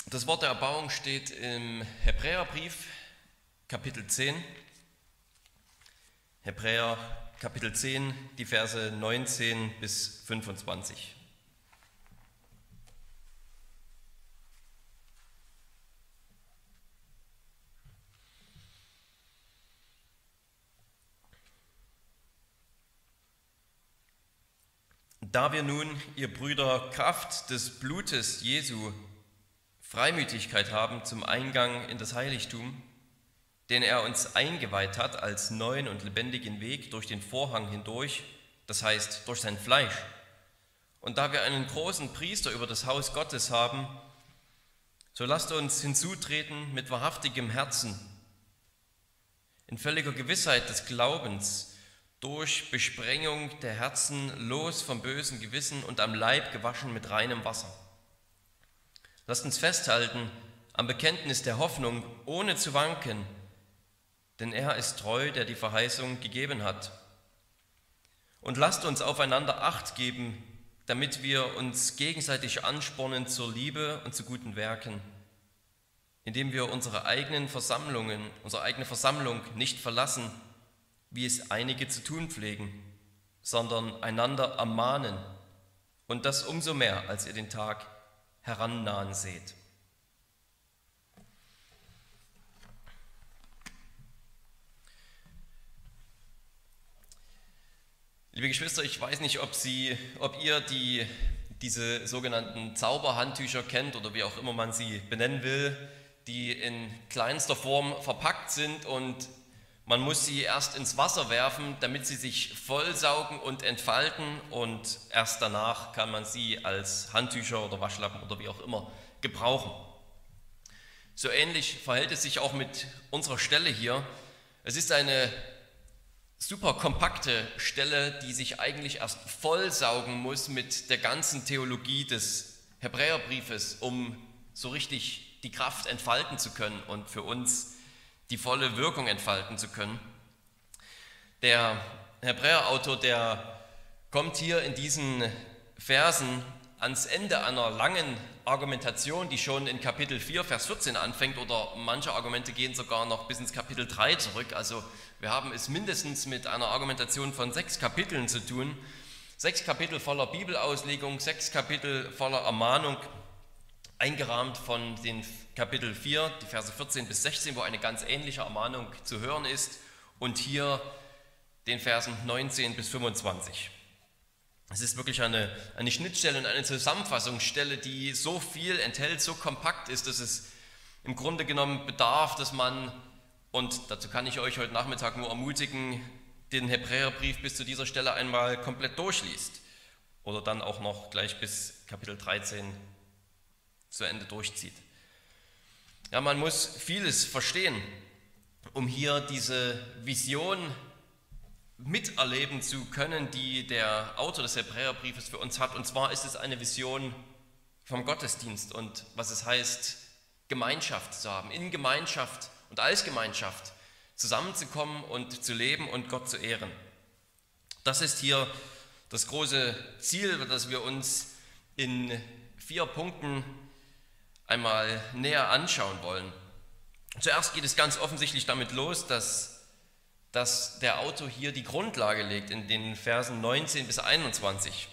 Das Wort der Erbauung steht im Hebräerbrief, Kapitel 10. Hebräer, Kapitel 10, die Verse 19 bis 25. Da wir nun, ihr Brüder, Kraft des Blutes Jesu Freimütigkeit haben zum Eingang in das Heiligtum, den er uns eingeweiht hat als neuen und lebendigen Weg durch den Vorhang hindurch, das heißt durch sein Fleisch. Und da wir einen großen Priester über das Haus Gottes haben, so lasst uns hinzutreten mit wahrhaftigem Herzen, in völliger Gewissheit des Glaubens, durch Besprengung der Herzen los vom bösen Gewissen und am Leib gewaschen mit reinem Wasser. Lasst uns festhalten am Bekenntnis der Hoffnung, ohne zu wanken, denn er ist treu, der die Verheißung gegeben hat. Und lasst uns aufeinander Acht geben, damit wir uns gegenseitig anspornen zur Liebe und zu guten Werken, indem wir unsere eigene Versammlung nicht verlassen, wie es einige zu tun pflegen, sondern einander ermahnen, und das umso mehr, als ihr den Tag herannahen seht. Liebe Geschwister, ich weiß nicht, ob ihr diese sogenannten Zauberhandtücher kennt oder wie auch immer man sie benennen will, die in kleinster Form verpackt sind und man muss sie erst ins Wasser werfen, damit sie sich vollsaugen und entfalten, und erst danach kann man sie als Handtücher oder Waschlappen oder wie auch immer gebrauchen. So ähnlich verhält es sich auch mit unserer Stelle hier. Es ist eine super kompakte Stelle, die sich eigentlich erst vollsaugen muss mit der ganzen Theologie des Hebräerbriefes, um so richtig die Kraft entfalten zu können und für uns die volle Wirkung entfalten zu können. Der Hebräerautor, der kommt hier in diesen Versen ans Ende einer langen Argumentation, die schon in Kapitel 4, Vers 14 anfängt, oder manche Argumente gehen sogar noch bis ins Kapitel 3 zurück. Also wir haben es mindestens mit einer Argumentation von 6 Kapiteln zu tun. 6 Kapitel voller Bibelauslegung, 6 Kapitel voller Ermahnung, eingerahmt von den Kapitel 4, die Verse 14 bis 16, wo eine ganz ähnliche Ermahnung zu hören ist, und hier den Versen 19 bis 25. Es ist wirklich eine Schnittstelle und eine Zusammenfassungsstelle, die so viel enthält, so kompakt ist, dass es im Grunde genommen bedarf, dass man, und dazu kann ich euch heute Nachmittag nur ermutigen, den Hebräerbrief bis zu dieser Stelle einmal komplett durchliest oder dann auch noch gleich bis Kapitel 13 zu Ende durchzieht. Ja, man muss vieles verstehen, um hier diese Vision miterleben zu können, die der Autor des Hebräerbriefes für uns hat. Und zwar ist es eine Vision vom Gottesdienst und was es heißt, Gemeinschaft zu haben, in Gemeinschaft und als Gemeinschaft zusammenzukommen und zu leben und Gott zu ehren. Das ist hier das große Ziel, das wir uns in 4 Punkten einmal näher anschauen wollen. Zuerst geht es ganz offensichtlich damit los, dass der Autor hier die Grundlage legt in den Versen 19 bis 21.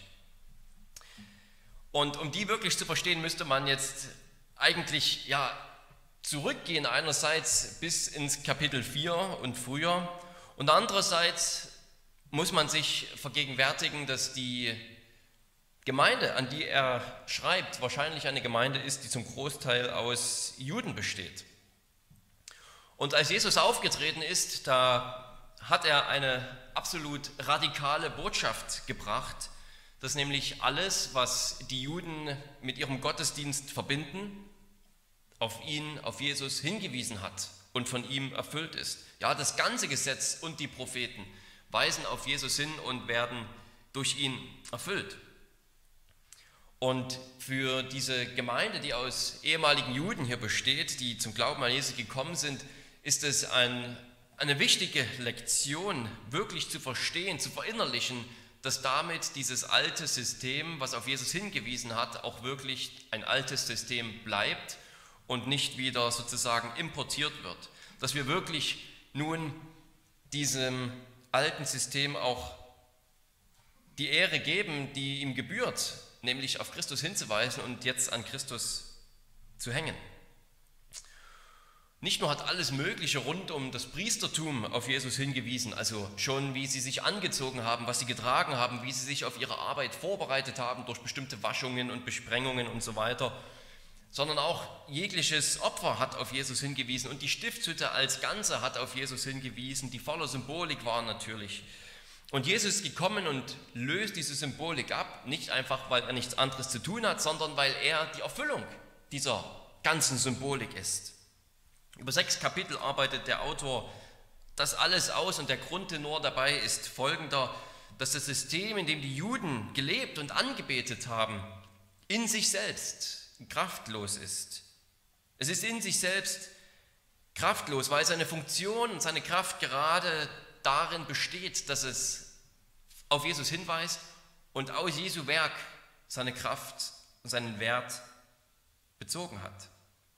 Und um die wirklich zu verstehen, müsste man jetzt eigentlich zurückgehen, einerseits bis ins Kapitel 4 und früher, und andererseits muss man sich vergegenwärtigen, dass die Gemeinde, an die er schreibt, wahrscheinlich eine Gemeinde ist, die zum Großteil aus Juden besteht. Und als Jesus aufgetreten ist, da hat er eine absolut radikale Botschaft gebracht, dass nämlich alles, was die Juden mit ihrem Gottesdienst verbinden, auf ihn, auf Jesus hingewiesen hat und von ihm erfüllt ist. Ja, das ganze Gesetz und die Propheten weisen auf Jesus hin und werden durch ihn erfüllt. Und für diese Gemeinde, die aus ehemaligen Juden hier besteht, die zum Glauben an Jesus gekommen sind, ist es eine wichtige Lektion, wirklich zu verstehen, zu verinnerlichen, dass damit dieses alte System, was auf Jesus hingewiesen hat, auch wirklich ein altes System bleibt und nicht wieder sozusagen importiert wird. Dass wir wirklich nun diesem alten System auch die Ehre geben, die ihm gebührt, nämlich auf Christus hinzuweisen und jetzt an Christus zu hängen. Nicht nur hat alles Mögliche rund um das Priestertum auf Jesus hingewiesen, also schon wie sie sich angezogen haben, was sie getragen haben, wie sie sich auf ihre Arbeit vorbereitet haben durch bestimmte Waschungen und Besprengungen und so weiter, sondern auch jegliches Opfer hat auf Jesus hingewiesen und die Stiftshütte als Ganze hat auf Jesus hingewiesen, die voller Symbolik war natürlich. Und Jesus ist gekommen und löst diese Symbolik ab, nicht einfach, weil er nichts anderes zu tun hat, sondern weil er die Erfüllung dieser ganzen Symbolik ist. Über 6 Kapitel arbeitet der Autor das alles aus und der Grundtenor dabei ist folgender, dass das System, in dem die Juden gelebt und angebetet haben, in sich selbst kraftlos ist. Es ist in sich selbst kraftlos, weil seine Funktion und seine Kraft gerade darin besteht, dass es auf Jesus hinweist und aus Jesu Werk seine Kraft und seinen Wert bezogen hat.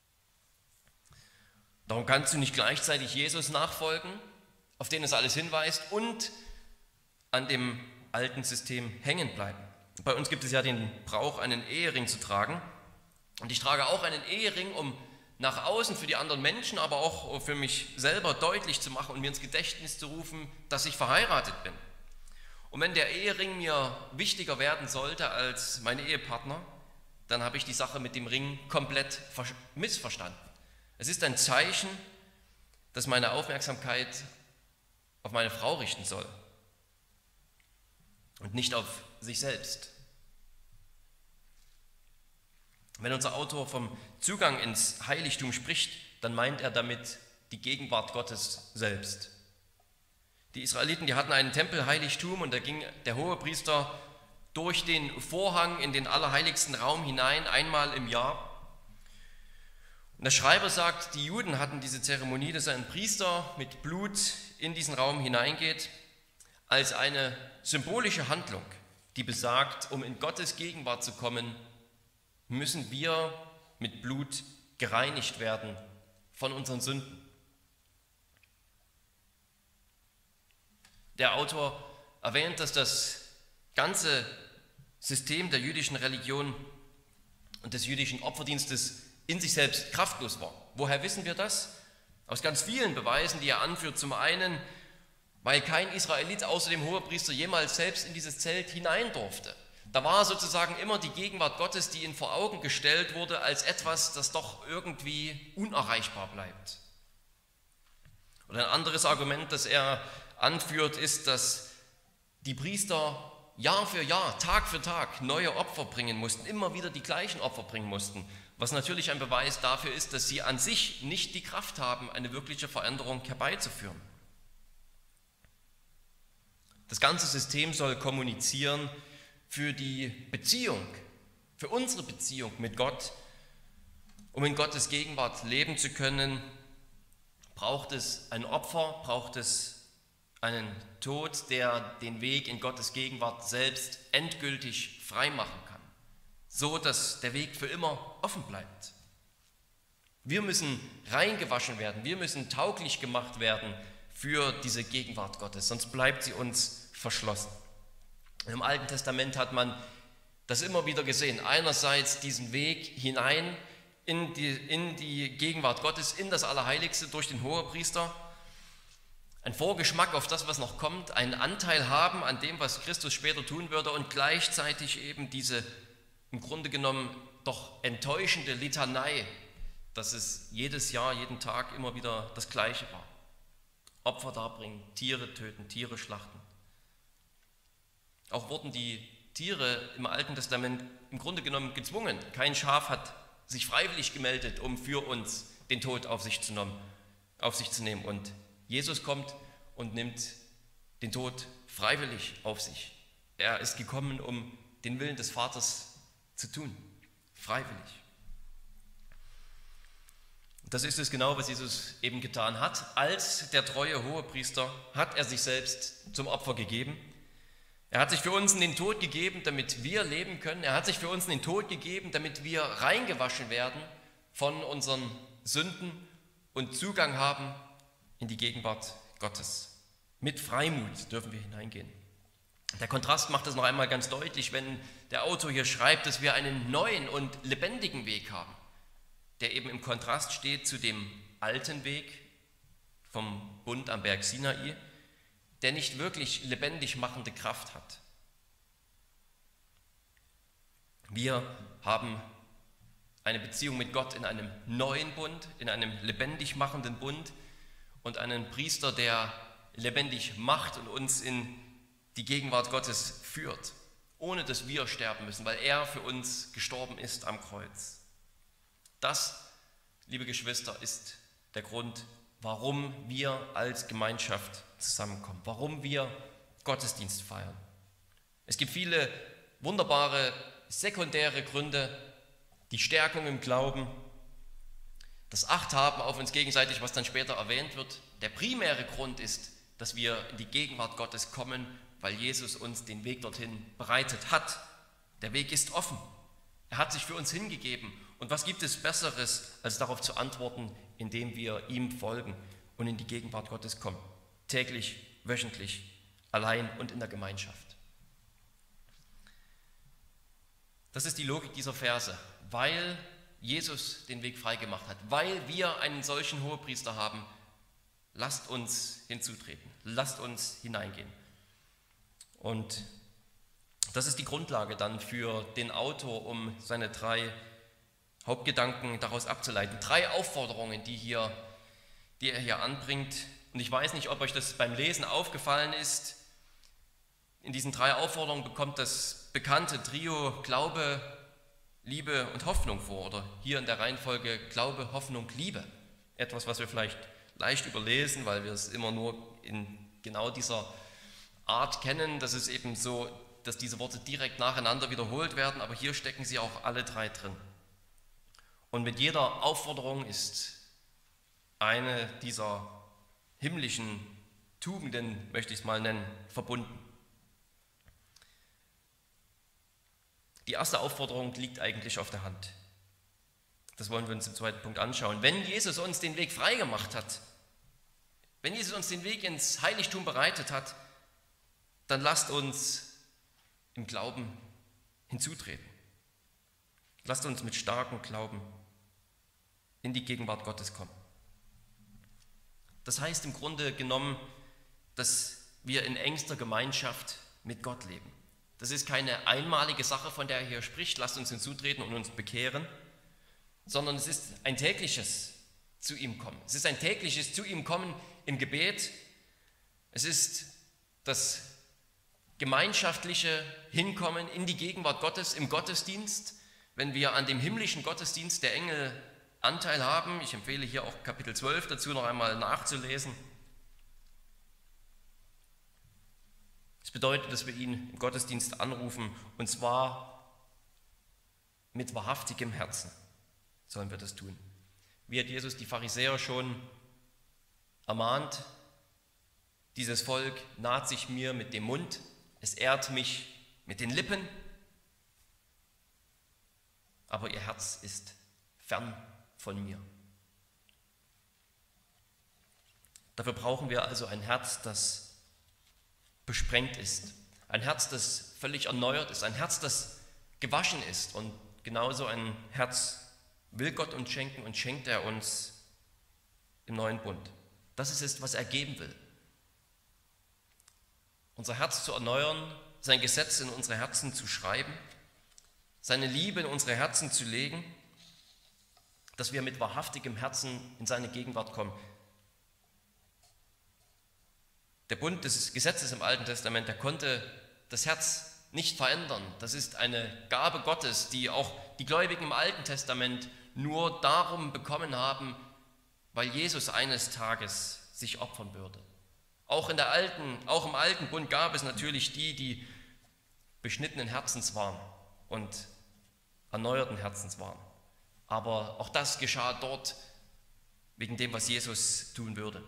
Darum kannst du nicht gleichzeitig Jesus nachfolgen, auf den es alles hinweist, und an dem alten System hängen bleiben. Bei uns gibt es ja den Brauch, einen Ehering zu tragen. Und ich trage auch einen Ehering, um nach außen für die anderen Menschen, aber auch für mich selber deutlich zu machen und mir ins Gedächtnis zu rufen, dass ich verheiratet bin. Und wenn der Ehering mir wichtiger werden sollte als mein Ehepartner, dann habe ich die Sache mit dem Ring komplett missverstanden. Es ist ein Zeichen, das meine Aufmerksamkeit auf meine Frau richten soll und nicht auf sich selbst. Wenn unser Autor vom Zugang ins Heiligtum spricht, dann meint er damit die Gegenwart Gottes selbst. Die Israeliten, die hatten ein Tempelheiligtum und da ging der Hohepriester durch den Vorhang in den allerheiligsten Raum hinein, einmal im Jahr. Und der Schreiber sagt, die Juden hatten diese Zeremonie, dass ein Priester mit Blut in diesen Raum hineingeht, als eine symbolische Handlung, die besagt, um in Gottes Gegenwart zu kommen, müssen wir mit Blut gereinigt werden von unseren Sünden. Der Autor erwähnt, dass das ganze System der jüdischen Religion und des jüdischen Opferdienstes in sich selbst kraftlos war. Woher wissen wir das? Aus ganz vielen Beweisen, die er anführt. Zum einen, weil kein Israelit außer dem Hohepriester jemals selbst in dieses Zelt hinein durfte. Da war sozusagen immer die Gegenwart Gottes, die ihm vor Augen gestellt wurde, als etwas, das doch irgendwie unerreichbar bleibt. Und ein anderes Argument, das er anführt, ist, dass die Priester Jahr für Jahr, Tag für Tag neue Opfer bringen mussten, immer wieder die gleichen Opfer bringen mussten, was natürlich ein Beweis dafür ist, dass sie an sich nicht die Kraft haben, eine wirkliche Veränderung herbeizuführen. Das ganze System soll kommunizieren für die Beziehung, für unsere Beziehung mit Gott. Um in Gottes Gegenwart leben zu können, braucht es ein Opfer, braucht es einen Tod, der den Weg in Gottes Gegenwart selbst endgültig frei machen kann, so dass der Weg für immer offen bleibt. Wir müssen reingewaschen werden, wir müssen tauglich gemacht werden für diese Gegenwart Gottes, sonst bleibt sie uns verschlossen. Im Alten Testament hat man das immer wieder gesehen. Einerseits diesen Weg hinein in die Gegenwart Gottes, in das Allerheiligste durch den Hohepriester. Ein Vorgeschmack auf das, was noch kommt, einen Anteil haben an dem, was Christus später tun würde und gleichzeitig eben diese im Grunde genommen doch enttäuschende Litanei, dass es jedes Jahr, jeden Tag immer wieder das Gleiche war. Opfer darbringen, Tiere töten, Tiere schlachten. Auch wurden die Tiere im Alten Testament im Grunde genommen gezwungen. Kein Schaf hat sich freiwillig gemeldet, um für uns den Tod auf sich zu nehmen. Und Jesus kommt und nimmt den Tod freiwillig auf sich. Er ist gekommen, um den Willen des Vaters zu tun, freiwillig. Das ist es genau, was Jesus eben getan hat. Als der treue Hohepriester hat er sich selbst zum Opfer gegeben. Er hat sich für uns in den Tod gegeben, damit wir leben können. Er hat sich für uns in den Tod gegeben, damit wir reingewaschen werden von unseren Sünden und Zugang haben in die Gegenwart Gottes. Mit Freimut dürfen wir hineingehen. Der Kontrast macht das noch einmal ganz deutlich, wenn der Autor hier schreibt, dass wir einen neuen und lebendigen Weg haben, der eben im Kontrast steht zu dem alten Weg vom Bund am Berg Sinai, der nicht wirklich lebendig machende Kraft hat. Wir haben eine Beziehung mit Gott in einem neuen Bund, in einem lebendig machenden Bund und einen Priester, der lebendig macht und uns in die Gegenwart Gottes führt, ohne dass wir sterben müssen, weil er für uns gestorben ist am Kreuz. Das, liebe Geschwister, ist der Grund, warum wir als Gemeinschaft zusammenkommen, warum wir Gottesdienst feiern. Es gibt viele wunderbare sekundäre Gründe, die Stärkung im Glauben, das Achthaben auf uns gegenseitig, was dann später erwähnt wird. Der primäre Grund ist, dass wir in die Gegenwart Gottes kommen, weil Jesus uns den Weg dorthin bereitet hat. Der Weg ist offen. Er hat sich für uns hingegeben. Und was gibt es Besseres, als darauf zu antworten, indem wir ihm folgen und in die Gegenwart Gottes kommen? Täglich, wöchentlich, allein und in der Gemeinschaft. Das ist die Logik dieser Verse, weil Jesus den Weg freigemacht hat, weil wir einen solchen Hohepriester haben. Lasst uns hinzutreten, lasst uns hineingehen. Und das ist die Grundlage dann für den Autor, um seine 3 Hauptgedanken daraus abzuleiten. 3 Aufforderungen, die er hier anbringt. Und ich weiß nicht, ob euch das beim Lesen aufgefallen ist. In diesen 3 Aufforderungen bekommt das bekannte Trio Glaube, Liebe und Hoffnung vor. Oder hier in der Reihenfolge Glaube, Hoffnung, Liebe. Etwas, was wir vielleicht leicht überlesen, weil wir es immer nur in genau dieser Art kennen. Das ist eben so, dass diese Worte direkt nacheinander wiederholt werden, aber hier stecken sie auch alle 3 drin. Und mit jeder Aufforderung ist eine dieser himmlischen Tugenden, möchte ich es mal nennen, verbunden. Die erste Aufforderung liegt eigentlich auf der Hand. Das wollen wir uns im zweiten Punkt anschauen. Wenn Jesus uns den Weg freigemacht hat, wenn Jesus uns den Weg ins Heiligtum bereitet hat, dann lasst uns im Glauben hinzutreten. Lasst uns mit starkem Glauben in die Gegenwart Gottes kommen. Das heißt im Grunde genommen, dass wir in engster Gemeinschaft mit Gott leben. Das ist keine einmalige Sache, von der er hier spricht, lasst uns hinzutreten und uns bekehren, sondern es ist ein tägliches zu ihm kommen. Es ist ein tägliches zu ihm kommen im Gebet. Es ist das gemeinschaftliche Hinkommen in die Gegenwart Gottes im Gottesdienst, wenn wir an dem himmlischen Gottesdienst der Engel Anteil haben. Ich empfehle hier auch Kapitel 12 dazu noch einmal nachzulesen. Es bedeutet, dass wir ihn im Gottesdienst anrufen, und zwar mit wahrhaftigem Herzen sollen wir das tun. Wie hat Jesus die Pharisäer schon ermahnt? Dieses Volk naht sich mir mit dem Mund, es ehrt mich mit den Lippen, aber ihr Herz ist fern von mir. Dafür brauchen wir also ein Herz, das besprengt ist, ein Herz, das völlig erneuert ist, ein Herz, das gewaschen ist. Und genauso ein Herz will Gott uns schenken und schenkt er uns im neuen Bund. Das ist es, was er geben will. Unser Herz zu erneuern, sein Gesetz in unsere Herzen zu schreiben, seine Liebe in unsere Herzen zu legen, dass wir mit wahrhaftigem Herzen in seine Gegenwart kommen. Der Bund des Gesetzes im Alten Testament, der konnte das Herz nicht verändern. Das ist eine Gabe Gottes, die auch die Gläubigen im Alten Testament nur darum bekommen haben, weil Jesus eines Tages sich opfern würde. Auch im alten Bund gab es natürlich die beschnittenen Herzens waren und erneuerten Herzens waren. Aber auch das geschah dort wegen dem, was Jesus tun würde.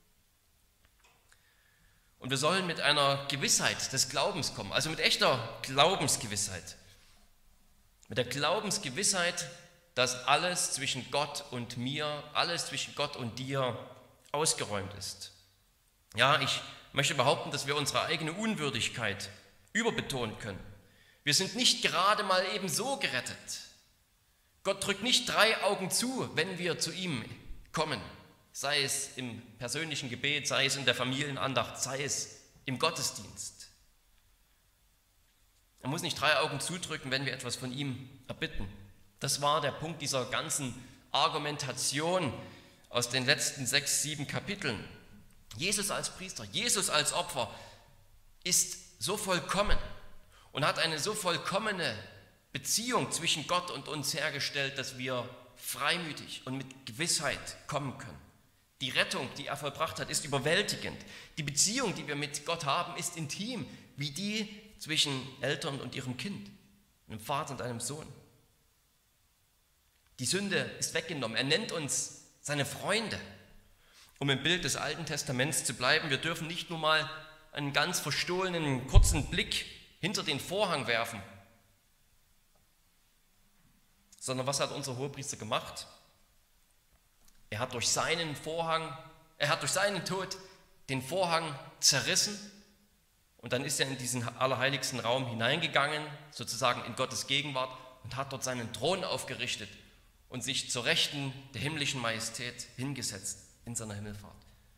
Und wir sollen mit einer Gewissheit des Glaubens kommen, also mit echter Glaubensgewissheit. Mit der Glaubensgewissheit, dass alles zwischen Gott und mir, alles zwischen Gott und dir ausgeräumt ist. Ja, ich möchte behaupten, dass wir unsere eigene Unwürdigkeit überbetonen können. Wir sind nicht gerade mal eben so gerettet. Gott drückt nicht 3 Augen zu, wenn wir zu ihm kommen, sei es im persönlichen Gebet, sei es in der Familienandacht, sei es im Gottesdienst. Er muss nicht 3 Augen zudrücken, wenn wir etwas von ihm erbitten. Das war der Punkt dieser ganzen Argumentation aus den letzten 6, 7 Kapiteln. Jesus als Priester, Jesus als Opfer ist so vollkommen und hat eine so vollkommene Beziehung zwischen Gott und uns hergestellt, dass wir freimütig und mit Gewissheit kommen können. Die Rettung, die er vollbracht hat, ist überwältigend. Die Beziehung, die wir mit Gott haben, ist intim, wie die zwischen Eltern und ihrem Kind, einem Vater und einem Sohn. Die Sünde ist weggenommen. Er nennt uns seine Freunde. Um im Bild des Alten Testaments zu bleiben, wir dürfen nicht nur mal einen ganz verstohlenen, kurzen Blick hinter den Vorhang werfen, sondern was hat unser Hohepriester gemacht? Er hat durch seinen Tod den Vorhang zerrissen und dann ist er in diesen allerheiligsten Raum hineingegangen, sozusagen in Gottes Gegenwart, und hat dort seinen Thron aufgerichtet und sich zur Rechten der himmlischen Majestät hingesetzt in seiner Himmelfahrt.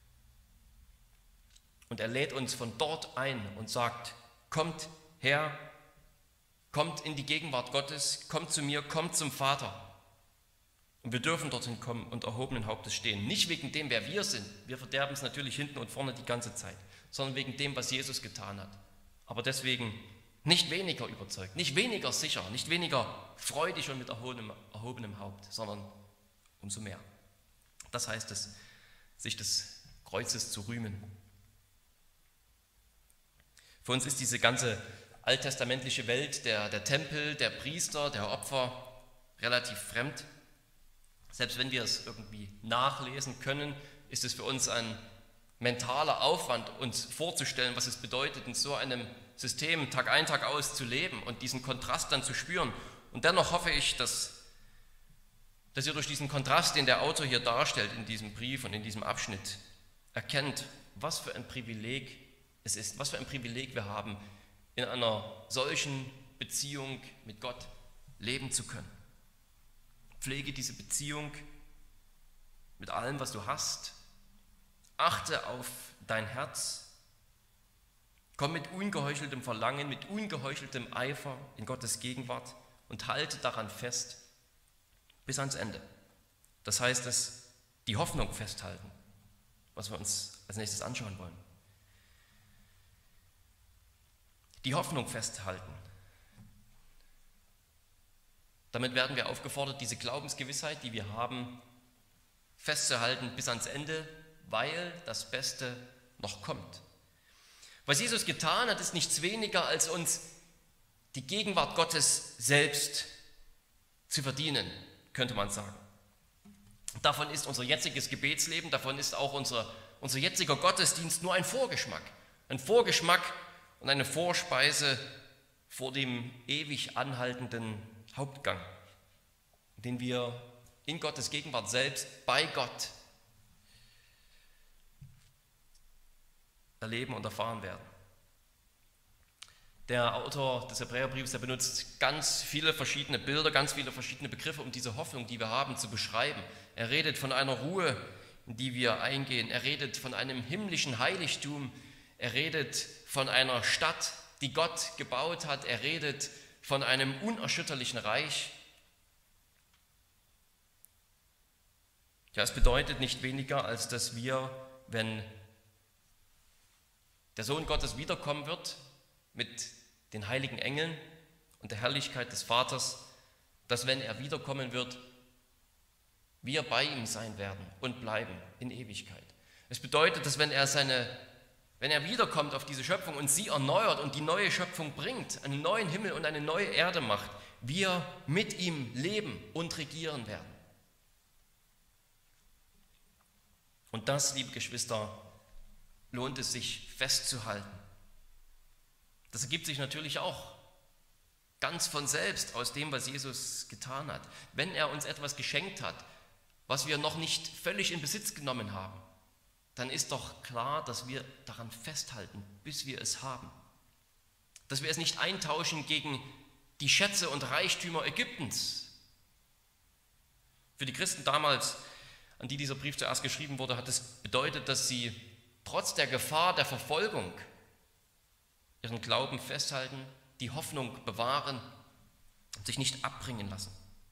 Und er lädt uns von dort ein und sagt: Kommt her, kommt in die Gegenwart Gottes, kommt zu mir, kommt zum Vater. Und wir dürfen dorthin kommen und erhobenen Hauptes stehen. Nicht wegen dem, wer wir sind, wir verderben es natürlich hinten und vorne die ganze Zeit, sondern wegen dem, was Jesus getan hat. Aber deswegen nicht weniger überzeugt, nicht weniger sicher, nicht weniger freudig und mit erhobenem Haupt, sondern umso mehr. Das heißt es, sich des Kreuzes zu rühmen. Für uns ist diese ganze alttestamentliche Welt der Tempel, der Priester, der Opfer relativ fremd. Selbst wenn wir es irgendwie nachlesen können, ist es für uns ein mentaler Aufwand, uns vorzustellen, was es bedeutet, in so einem System Tag ein, Tag aus zu leben und diesen Kontrast dann zu spüren. Und dennoch hoffe ich, dass ihr durch diesen Kontrast, den der Autor hier darstellt in diesem Brief und in diesem Abschnitt, erkennt, was für ein Privileg es ist, was für ein Privileg wir haben, in einer solchen Beziehung mit Gott leben zu können. Pflege diese Beziehung mit allem, was du hast. Achte auf dein Herz. Komm mit ungeheucheltem Verlangen, mit ungeheucheltem Eifer in Gottes Gegenwart und halte daran fest bis ans Ende. Das heißt, die Hoffnung festhalten, was wir uns als nächstes anschauen wollen. Die Hoffnung festhalten. Damit werden wir aufgefordert, diese Glaubensgewissheit, die wir haben, festzuhalten bis ans Ende, weil das Beste noch kommt. Was Jesus getan hat, ist nichts weniger, als uns die Gegenwart Gottes selbst zu verdienen, könnte man sagen. Davon ist unser jetziges Gebetsleben, davon ist auch unser jetziger Gottesdienst nur ein Vorgeschmack und eine Vorspeise vor dem ewig anhaltenden Hauptgang, den wir in Gottes Gegenwart selbst bei Gott erleben und erfahren werden. Der Autor des Hebräerbriefs, der benutzt ganz viele verschiedene Bilder, ganz viele verschiedene Begriffe, um diese Hoffnung, die wir haben, zu beschreiben. Er redet von einer Ruhe, in die wir eingehen. Er redet von einem himmlischen Heiligtum. Er redet von einer Stadt, die Gott gebaut hat. Er redet von einem unerschütterlichen Reich. Ja, es bedeutet nicht weniger, als dass wir, wenn der Sohn Gottes wiederkommen wird, mit den heiligen Engeln und der Herrlichkeit des Vaters, dass wenn er wiederkommen wird, wir bei ihm sein werden und bleiben in Ewigkeit. Es bedeutet, dass wenn er wiederkommt auf diese Schöpfung und sie erneuert und die neue Schöpfung bringt, einen neuen Himmel und eine neue Erde macht, wir mit ihm leben und regieren werden. Und das, liebe Geschwister, lohnt es sich festzuhalten. Das ergibt sich natürlich auch ganz von selbst aus dem, was Jesus getan hat. Wenn er uns etwas geschenkt hat, was wir noch nicht völlig in Besitz genommen haben, dann ist doch klar, dass wir daran festhalten, bis wir es haben. Dass wir es nicht eintauschen gegen die Schätze und Reichtümer Ägyptens. Für die Christen damals, an die dieser Brief zuerst geschrieben wurde, hat es bedeutet, dass sie trotz der Gefahr der Verfolgung ihren Glauben festhalten, die Hoffnung bewahren und sich nicht abbringen lassen.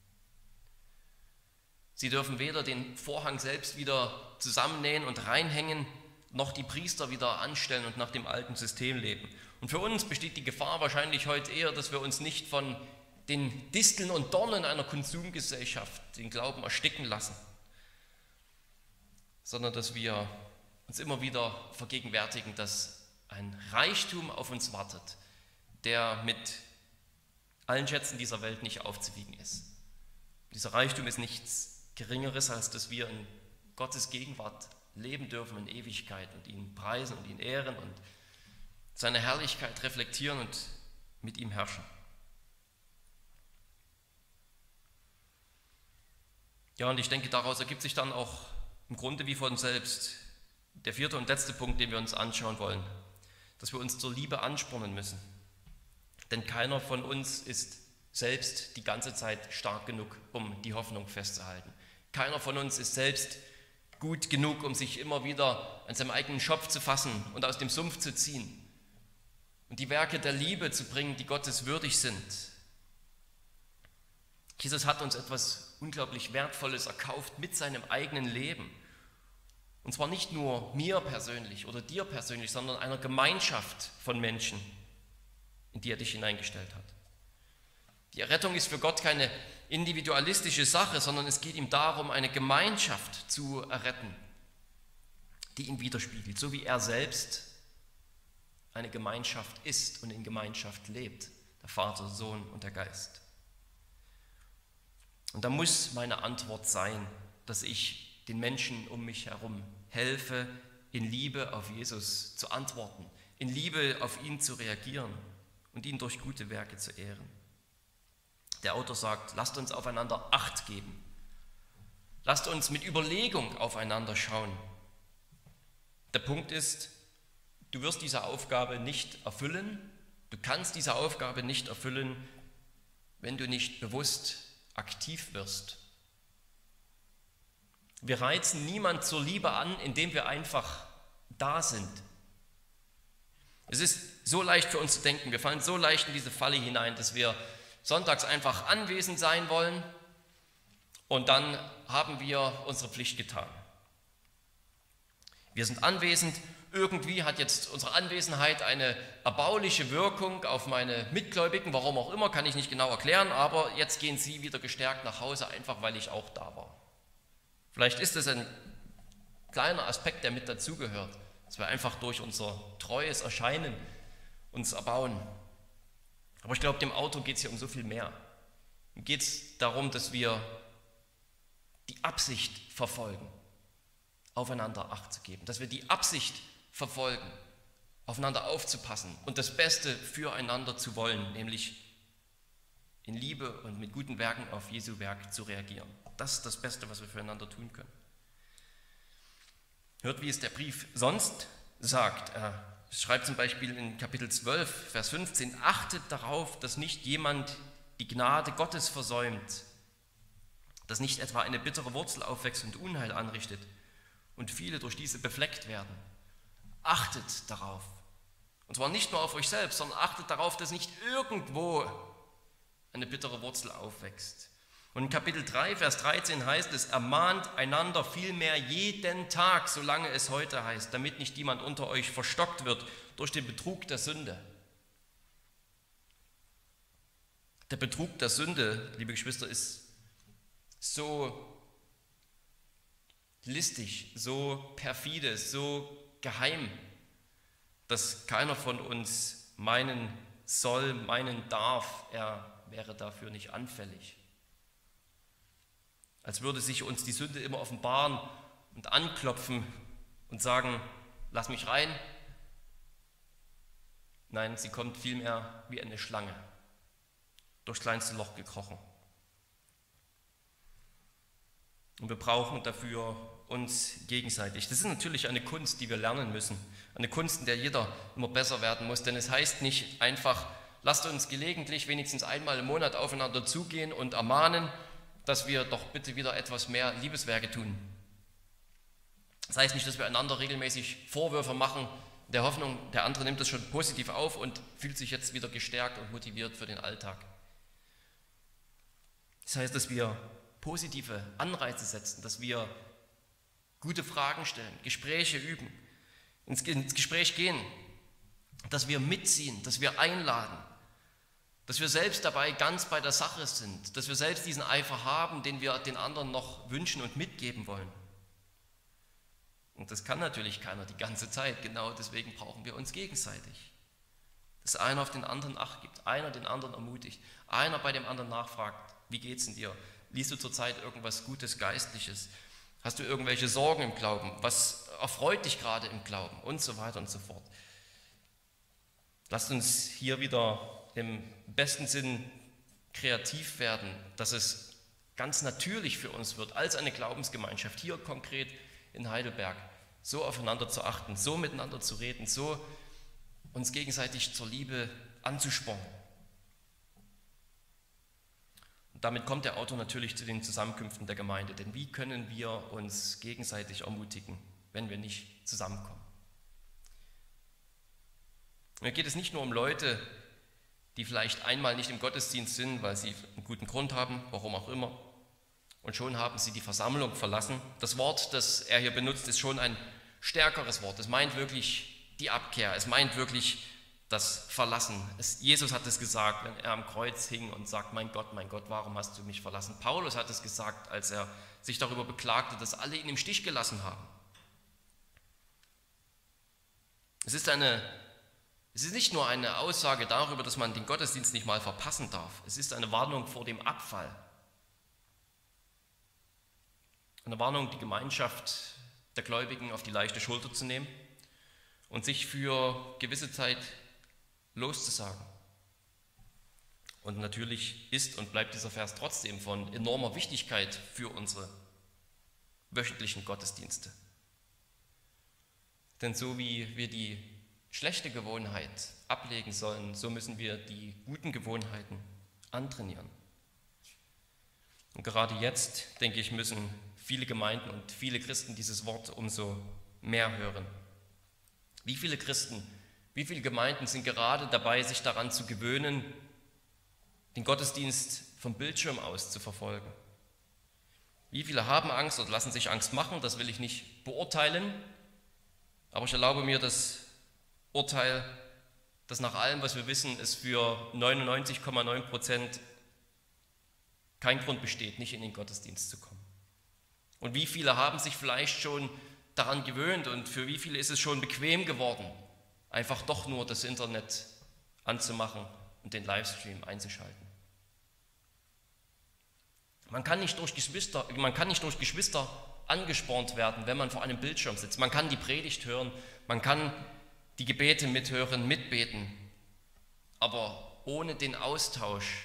Sie dürfen weder den Vorhang selbst wieder zusammennähen und reinhängen, noch die Priester wieder anstellen und nach dem alten System leben. Und für uns besteht die Gefahr wahrscheinlich heute eher, dass wir uns nicht von den Disteln und Dornen einer Konsumgesellschaft den Glauben ersticken lassen, sondern dass wir uns immer wieder vergegenwärtigen, dass ein Reichtum auf uns wartet, der mit allen Schätzen dieser Welt nicht aufzuwiegen ist. Dieser Reichtum ist nichts Geringeres, als dass wir in Gottes Gegenwart leben dürfen in Ewigkeit und ihn preisen und ihn ehren und seine Herrlichkeit reflektieren und mit ihm herrschen. Ja, und ich denke, daraus ergibt sich dann auch im Grunde wie von selbst der vierte und letzte Punkt, den wir uns anschauen wollen, dass wir uns zur Liebe anspornen müssen. Denn keiner von uns ist selbst die ganze Zeit stark genug, um die Hoffnung festzuhalten. Keiner von uns ist selbst gut genug, um sich immer wieder an seinem eigenen Schopf zu fassen und aus dem Sumpf zu ziehen und die Werke der Liebe zu bringen, die Gottes würdig sind. Jesus hat uns etwas unglaublich Wertvolles erkauft mit seinem eigenen Leben. Und zwar nicht nur mir persönlich oder dir persönlich, sondern einer Gemeinschaft von Menschen, in die er dich hineingestellt hat. Die Errettung ist für Gott keine individualistische Sache, sondern es geht ihm darum, eine Gemeinschaft zu erretten, die ihn widerspiegelt, so wie er selbst eine Gemeinschaft ist und in Gemeinschaft lebt, der Vater, Sohn und der Geist. Und da muss meine Antwort sein, dass ich den Menschen um mich herum helfe, in Liebe auf Jesus zu antworten, in Liebe auf ihn zu reagieren und ihn durch gute Werke zu ehren. Der Autor sagt, lasst uns aufeinander Acht geben. Lasst uns mit Überlegung aufeinander schauen. Der Punkt ist, du wirst diese Aufgabe nicht erfüllen, du kannst diese Aufgabe nicht erfüllen, wenn du nicht bewusst aktiv wirst. Wir reizen niemand zur Liebe an, indem wir einfach da sind. Es ist so leicht für uns zu denken, wir fallen so leicht in diese Falle hinein, dass wir sonntags einfach anwesend sein wollen und dann haben wir unsere Pflicht getan. Wir sind anwesend, irgendwie hat jetzt unsere Anwesenheit eine erbauliche Wirkung auf meine Mitgläubigen, warum auch immer, kann ich nicht genau erklären, aber jetzt gehen sie wieder gestärkt nach Hause, einfach weil ich auch da war. Vielleicht ist es ein kleiner Aspekt, der mit dazugehört, dass wir einfach durch unser treues Erscheinen uns erbauen. Aber ich glaube, dem Autor geht es hier um so viel mehr. Ihm geht es darum, dass wir die Absicht verfolgen, aufeinander Acht zu geben, dass wir die Absicht verfolgen, aufeinander aufzupassen und das Beste füreinander zu wollen, nämlich in Liebe und mit guten Werken auf Jesu Werk zu reagieren. Das ist das Beste, was wir füreinander tun können. Hört, wie es der Brief sonst sagt. Er schreibt zum Beispiel in Kapitel 12, Vers 15, achtet darauf, dass nicht jemand die Gnade Gottes versäumt, dass nicht etwa eine bittere Wurzel aufwächst und Unheil anrichtet und viele durch diese befleckt werden. Achtet darauf. Und zwar nicht nur auf euch selbst, sondern achtet darauf, dass nicht irgendwo eine bittere Wurzel aufwächst. Und in Kapitel 3, Vers 13 heißt es, ermahnt einander vielmehr jeden Tag, solange es heute heißt, damit nicht jemand unter euch verstockt wird durch den Betrug der Sünde. Der Betrug der Sünde, liebe Geschwister, ist so listig, so perfide, so geheim, dass keiner von uns meinen soll, meinen darf, er wäre dafür nicht anfällig. Als würde sich uns die Sünde immer offenbaren und anklopfen und sagen, lass mich rein. Nein, sie kommt vielmehr wie eine Schlange durchs kleinste Loch gekrochen. Und wir brauchen dafür uns gegenseitig. Das ist natürlich eine Kunst, die wir lernen müssen. Eine Kunst, in der jeder immer besser werden muss. Denn es heißt nicht einfach, lasst uns gelegentlich wenigstens einmal im Monat aufeinander zugehen und ermahnen, dass wir doch bitte wieder etwas mehr Liebeswerke tun. Das heißt nicht, dass wir einander regelmäßig Vorwürfe machen, in der Hoffnung, der andere nimmt das schon positiv auf und fühlt sich jetzt wieder gestärkt und motiviert für den Alltag. Das heißt, dass wir positive Anreize setzen, dass wir gute Fragen stellen, Gespräche üben, ins Gespräch gehen, dass wir mitziehen, dass wir einladen, dass wir selbst dabei ganz bei der Sache sind, dass wir selbst diesen Eifer haben, den wir den anderen noch wünschen und mitgeben wollen. Und das kann natürlich keiner die ganze Zeit, genau deswegen brauchen wir uns gegenseitig. Dass einer auf den anderen Acht gibt, einer den anderen ermutigt, einer bei dem anderen nachfragt, wie geht's denn dir? Liest du zurzeit irgendwas Gutes, Geistliches? Hast du irgendwelche Sorgen im Glauben? Was erfreut dich gerade im Glauben? Und so weiter und so fort. Lasst uns hier wieder im besten Sinn kreativ werden, dass es ganz natürlich für uns wird, als eine Glaubensgemeinschaft, hier konkret in Heidelberg, so aufeinander zu achten, so miteinander zu reden, so uns gegenseitig zur Liebe anzuspornen. Und damit kommt der Autor natürlich zu den Zusammenkünften der Gemeinde, denn wie können wir uns gegenseitig ermutigen, wenn wir nicht zusammenkommen? Mir geht es nicht nur um Leute, die vielleicht einmal nicht im Gottesdienst sind, weil sie einen guten Grund haben, warum auch immer, und schon haben sie die Versammlung verlassen. Das Wort, das er hier benutzt, ist schon ein stärkeres Wort. Es meint wirklich die Abkehr, es meint wirklich das Verlassen. Jesus hat es gesagt, wenn er am Kreuz hing und sagt, mein Gott, warum hast du mich verlassen? Paulus hat es gesagt, als er sich darüber beklagte, dass alle ihn im Stich gelassen haben. Es ist nicht nur eine Aussage darüber, dass man den Gottesdienst nicht mal verpassen darf. Es ist eine Warnung vor dem Abfall. Eine Warnung, die Gemeinschaft der Gläubigen auf die leichte Schulter zu nehmen und sich für gewisse Zeit loszusagen. Und natürlich ist und bleibt dieser Vers trotzdem von enormer Wichtigkeit für unsere wöchentlichen Gottesdienste. Denn so wie wir die schlechte Gewohnheit ablegen sollen, so müssen wir die guten Gewohnheiten antrainieren. Und gerade jetzt, denke ich, müssen viele Gemeinden und viele Christen dieses Wort umso mehr hören. Wie viele Christen, wie viele Gemeinden sind gerade dabei, sich daran zu gewöhnen, den Gottesdienst vom Bildschirm aus zu verfolgen? Wie viele haben Angst oder lassen sich Angst machen? Das will ich nicht beurteilen, aber ich erlaube mir das Urteil, dass nach allem, was wir wissen, es für 99,9% kein Grund besteht, nicht in den Gottesdienst zu kommen. Und wie viele haben sich vielleicht schon daran gewöhnt und für wie viele ist es schon bequem geworden, einfach doch nur das Internet anzumachen und den Livestream einzuschalten. Man kann nicht durch Geschwister angespornt werden, wenn man vor einem Bildschirm sitzt. Man kann die Predigt hören, man kann die Gebete mithören, mitbeten, aber ohne den Austausch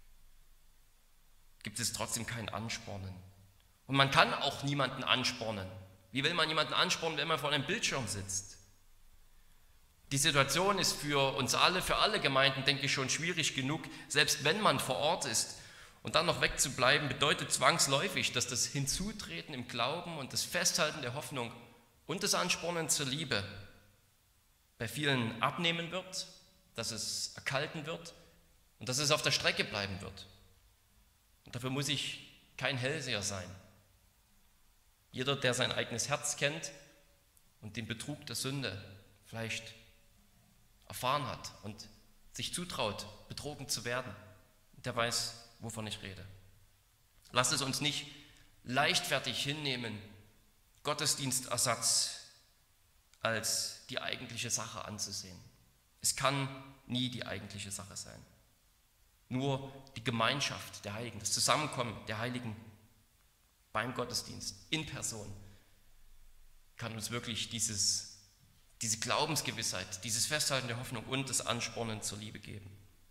gibt es trotzdem kein Anspornen. Und man kann auch niemanden anspornen. Wie will man jemanden anspornen, wenn man vor einem Bildschirm sitzt? Die Situation ist für uns alle, für alle Gemeinden, denke ich, schon schwierig genug. Selbst wenn man vor Ort ist und dann noch wegzubleiben, bedeutet zwangsläufig, dass das Hinzutreten im Glauben und das Festhalten der Hoffnung und das Anspornen zur Liebe bei vielen abnehmen wird, dass es erkalten wird und dass es auf der Strecke bleiben wird. Und dafür muss ich kein Hellseher sein. Jeder, der sein eigenes Herz kennt und den Betrug der Sünde vielleicht erfahren hat und sich zutraut, betrogen zu werden, der weiß, wovon ich rede. Lasst es uns nicht leichtfertig hinnehmen, Gottesdienstersatz als die eigentliche Sache anzusehen. Es kann nie die eigentliche Sache sein. Nur die Gemeinschaft der Heiligen, das Zusammenkommen der Heiligen beim Gottesdienst in Person kann uns wirklich diese Glaubensgewissheit, dieses Festhalten der Hoffnung und das Anspornen zur Liebe geben.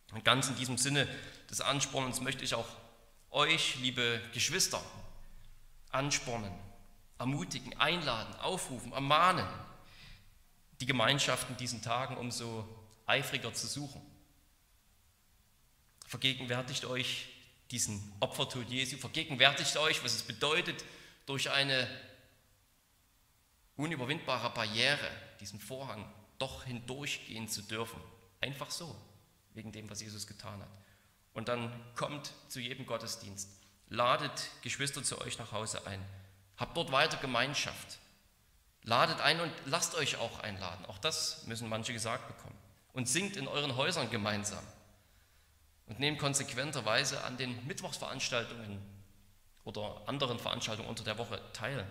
Und ganz in diesem Sinne des Anspornens möchte ich auch euch, liebe Geschwister, anspornen, ermutigen, einladen, aufrufen, ermahnen, die Gemeinschaft in diesen Tagen umso eifriger zu suchen. Vergegenwärtigt euch diesen Opfertod Jesu, vergegenwärtigt euch, was es bedeutet, durch eine unüberwindbare Barriere, diesen Vorhang, doch hindurchgehen zu dürfen. Einfach so, wegen dem, was Jesus getan hat. Und dann kommt zu jedem Gottesdienst, ladet Geschwister zu euch nach Hause ein, habt dort weiter Gemeinschaft, ladet ein und lasst euch auch einladen. Auch das müssen manche gesagt bekommen. Und singt in euren Häusern gemeinsam. Und nehmt konsequenterweise an den Mittwochsveranstaltungen oder anderen Veranstaltungen unter der Woche teil.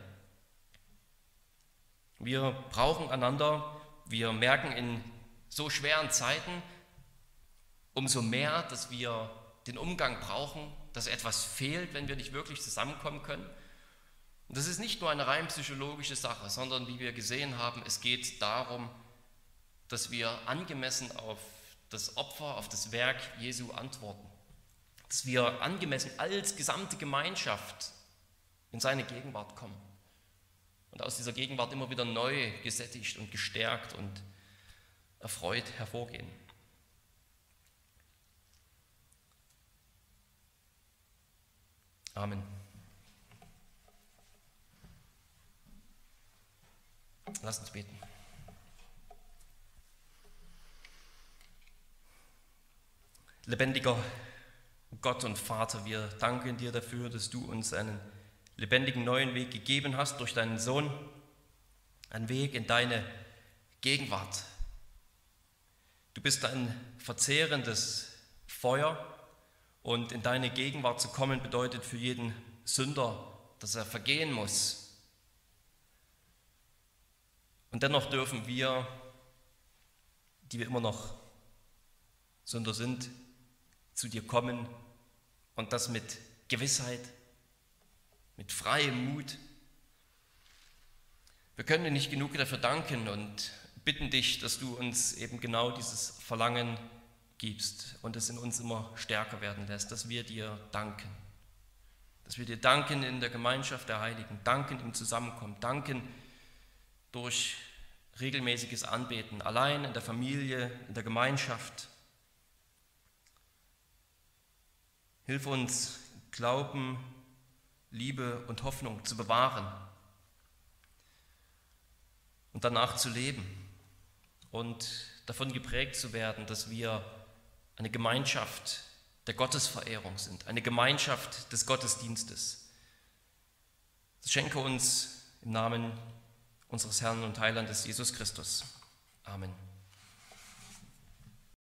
Wir brauchen einander, wir merken in so schweren Zeiten umso mehr, dass wir den Umgang brauchen, dass etwas fehlt, wenn wir nicht wirklich zusammenkommen können. Und das ist nicht nur eine rein psychologische Sache, sondern wie wir gesehen haben, es geht darum, dass wir angemessen auf das Opfer, auf das Werk Jesu antworten. Dass wir angemessen als gesamte Gemeinschaft in seine Gegenwart kommen. Und aus dieser Gegenwart immer wieder neu gesättigt und gestärkt und erfreut hervorgehen. Amen. Lasst uns beten. Lebendiger Gott und Vater, wir danken dir dafür, dass du uns einen lebendigen neuen Weg gegeben hast durch deinen Sohn, einen Weg in deine Gegenwart. Du bist ein verzehrendes Feuer und in deine Gegenwart zu kommen bedeutet für jeden Sünder, dass er vergehen muss. Und dennoch dürfen wir, die wir immer noch Sünder sind, zu dir kommen und das mit Gewissheit, mit freiem Mut. Wir können dir nicht genug dafür danken und bitten dich, dass du uns eben genau dieses Verlangen gibst und es in uns immer stärker werden lässt, dass wir dir danken. Dass wir dir danken in der Gemeinschaft der Heiligen, danken im Zusammenkommen, danken durch regelmäßiges Anbeten, allein in der Familie, in der Gemeinschaft. Hilf uns, Glauben, Liebe und Hoffnung zu bewahren und danach zu leben und davon geprägt zu werden, dass wir eine Gemeinschaft der Gottesverehrung sind, eine Gemeinschaft des Gottesdienstes. Das schenke uns im Namen unseres Herrn und Heilandes Jesus Christus. Amen.